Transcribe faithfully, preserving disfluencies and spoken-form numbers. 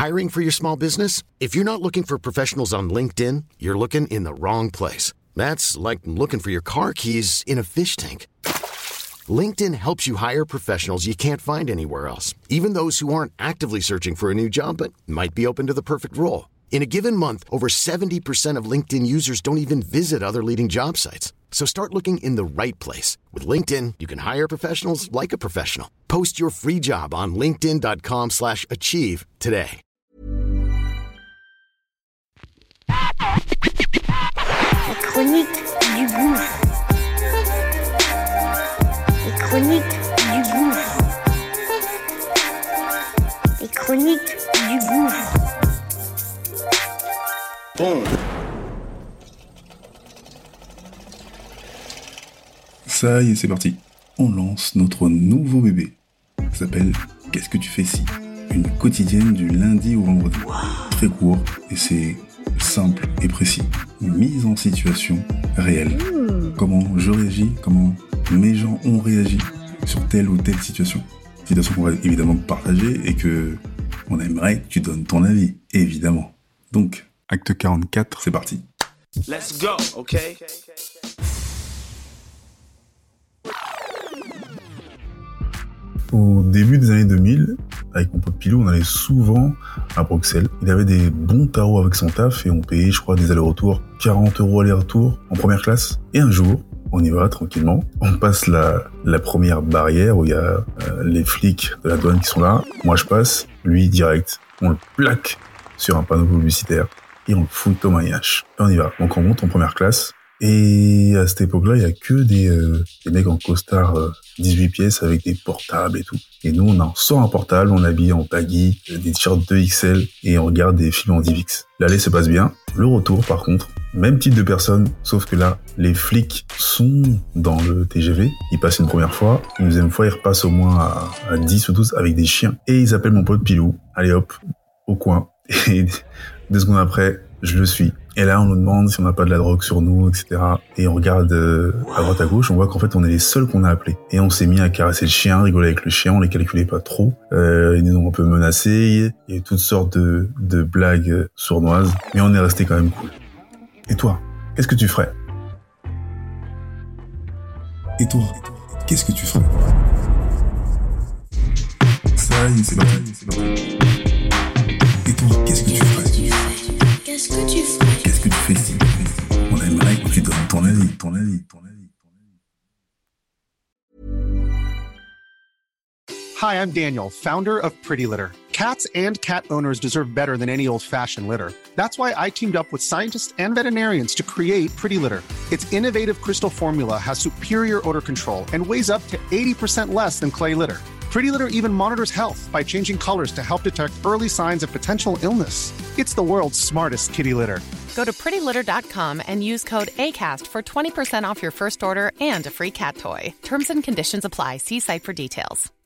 Hiring for your small business? If you're not looking for professionals on LinkedIn, you're looking in the wrong place. That's like looking for your car keys in a fish tank. LinkedIn helps you hire professionals you can't find anywhere else, even those who aren't actively searching for a new job but might be open to the perfect role. In a given month, over seventy percent of LinkedIn users don't even visit other leading job sites. So start looking in the right place. With LinkedIn, you can hire professionals like a professional. Post your free job on linkedin.com slash achieve today. La chronique du gouffre. Les chroniques du gouffre. Les chroniques du gouffre. Bon. Ça y est, c'est parti. On lance notre nouveau bébé. Ça s'appelle Qu'est-ce que tu fais si ? Une quotidienne du lundi au vendredi. Très court et c'est simple et précis. Une mise en situation réelle. Comment je réagis, comment mes gens ont réagi sur telle ou telle situation. Situation qu'on va évidemment partager et que on aimerait que tu donnes ton avis, évidemment. Donc, acte quarante-quatre, c'est parti. Let's go, ok? Au début des années deux mille, avec mon pote Pilou, on allait souvent à Bruxelles. Il avait des bons tarots avec son taf et on payait, je crois, des allers-retours, quarante euros aller-retour en première classe. Et un jour, on y va tranquillement. On passe la, la première barrière où il y a euh, les flics de la douane qui sont là. Moi, je passe, lui, direct. On le plaque sur un panneau publicitaire et on le fout comme un yash. Et on y va. Donc on monte en première classe. Et à cette époque-là, il y a que des, euh, des mecs en costard euh, dix-huit pièces avec des portables et tout. Et nous, on en sort un portable, on habille en baggy, des t-shirts deux X L et on regarde des films en DivX. L'aller se passe bien. Le retour, par contre, même type de personne, sauf que là, les flics sont dans le T G V. Ils passent une première fois, une deuxième fois, ils repassent au moins à, à dix ou douze avec des chiens. Et ils appellent mon pote Pilou. Allez hop, au coin. Et deux secondes après, je le suis. Et là, on nous demande si on n'a pas de la drogue sur nous, et cetera. Et on regarde euh, à droite à gauche, on voit qu'en fait, on est les seuls qu'on a appelés. Et on s'est mis à caresser le chien, rigoler avec le chien, on les calculait pas trop. Euh, ils nous ont un peu menacés, il y a eu toutes sortes de, de blagues sournoises, mais on est resté quand même cool. Et toi, qu'est-ce que tu ferais ? Et toi, qu'est-ce que tu ferais ? Ça y est, c'est parti, c'est parti. Et toi, qu'est-ce que tu ferais ? Qu'est-ce que tu ferais ? Qu'est-ce que tu fais si on aimerait que tu donnes ton avis, ton avis, ton avis, ton avis. Hi, I'm Daniel, founder of Pretty Litter. Cats and cat owners deserve better than any old-fashioned litter. That's why I teamed up with scientists and veterinarians to create Pretty Litter. Its innovative crystal formula has superior odor control and weighs up to eighty percent less than clay litter. Pretty Litter even monitors health by changing colors to help detect early signs of potential illness. It's the world's smartest kitty litter. Go to pretty litter dot com and use code ACAST for twenty percent off your first order and a free cat toy. Terms and conditions apply. See site for details.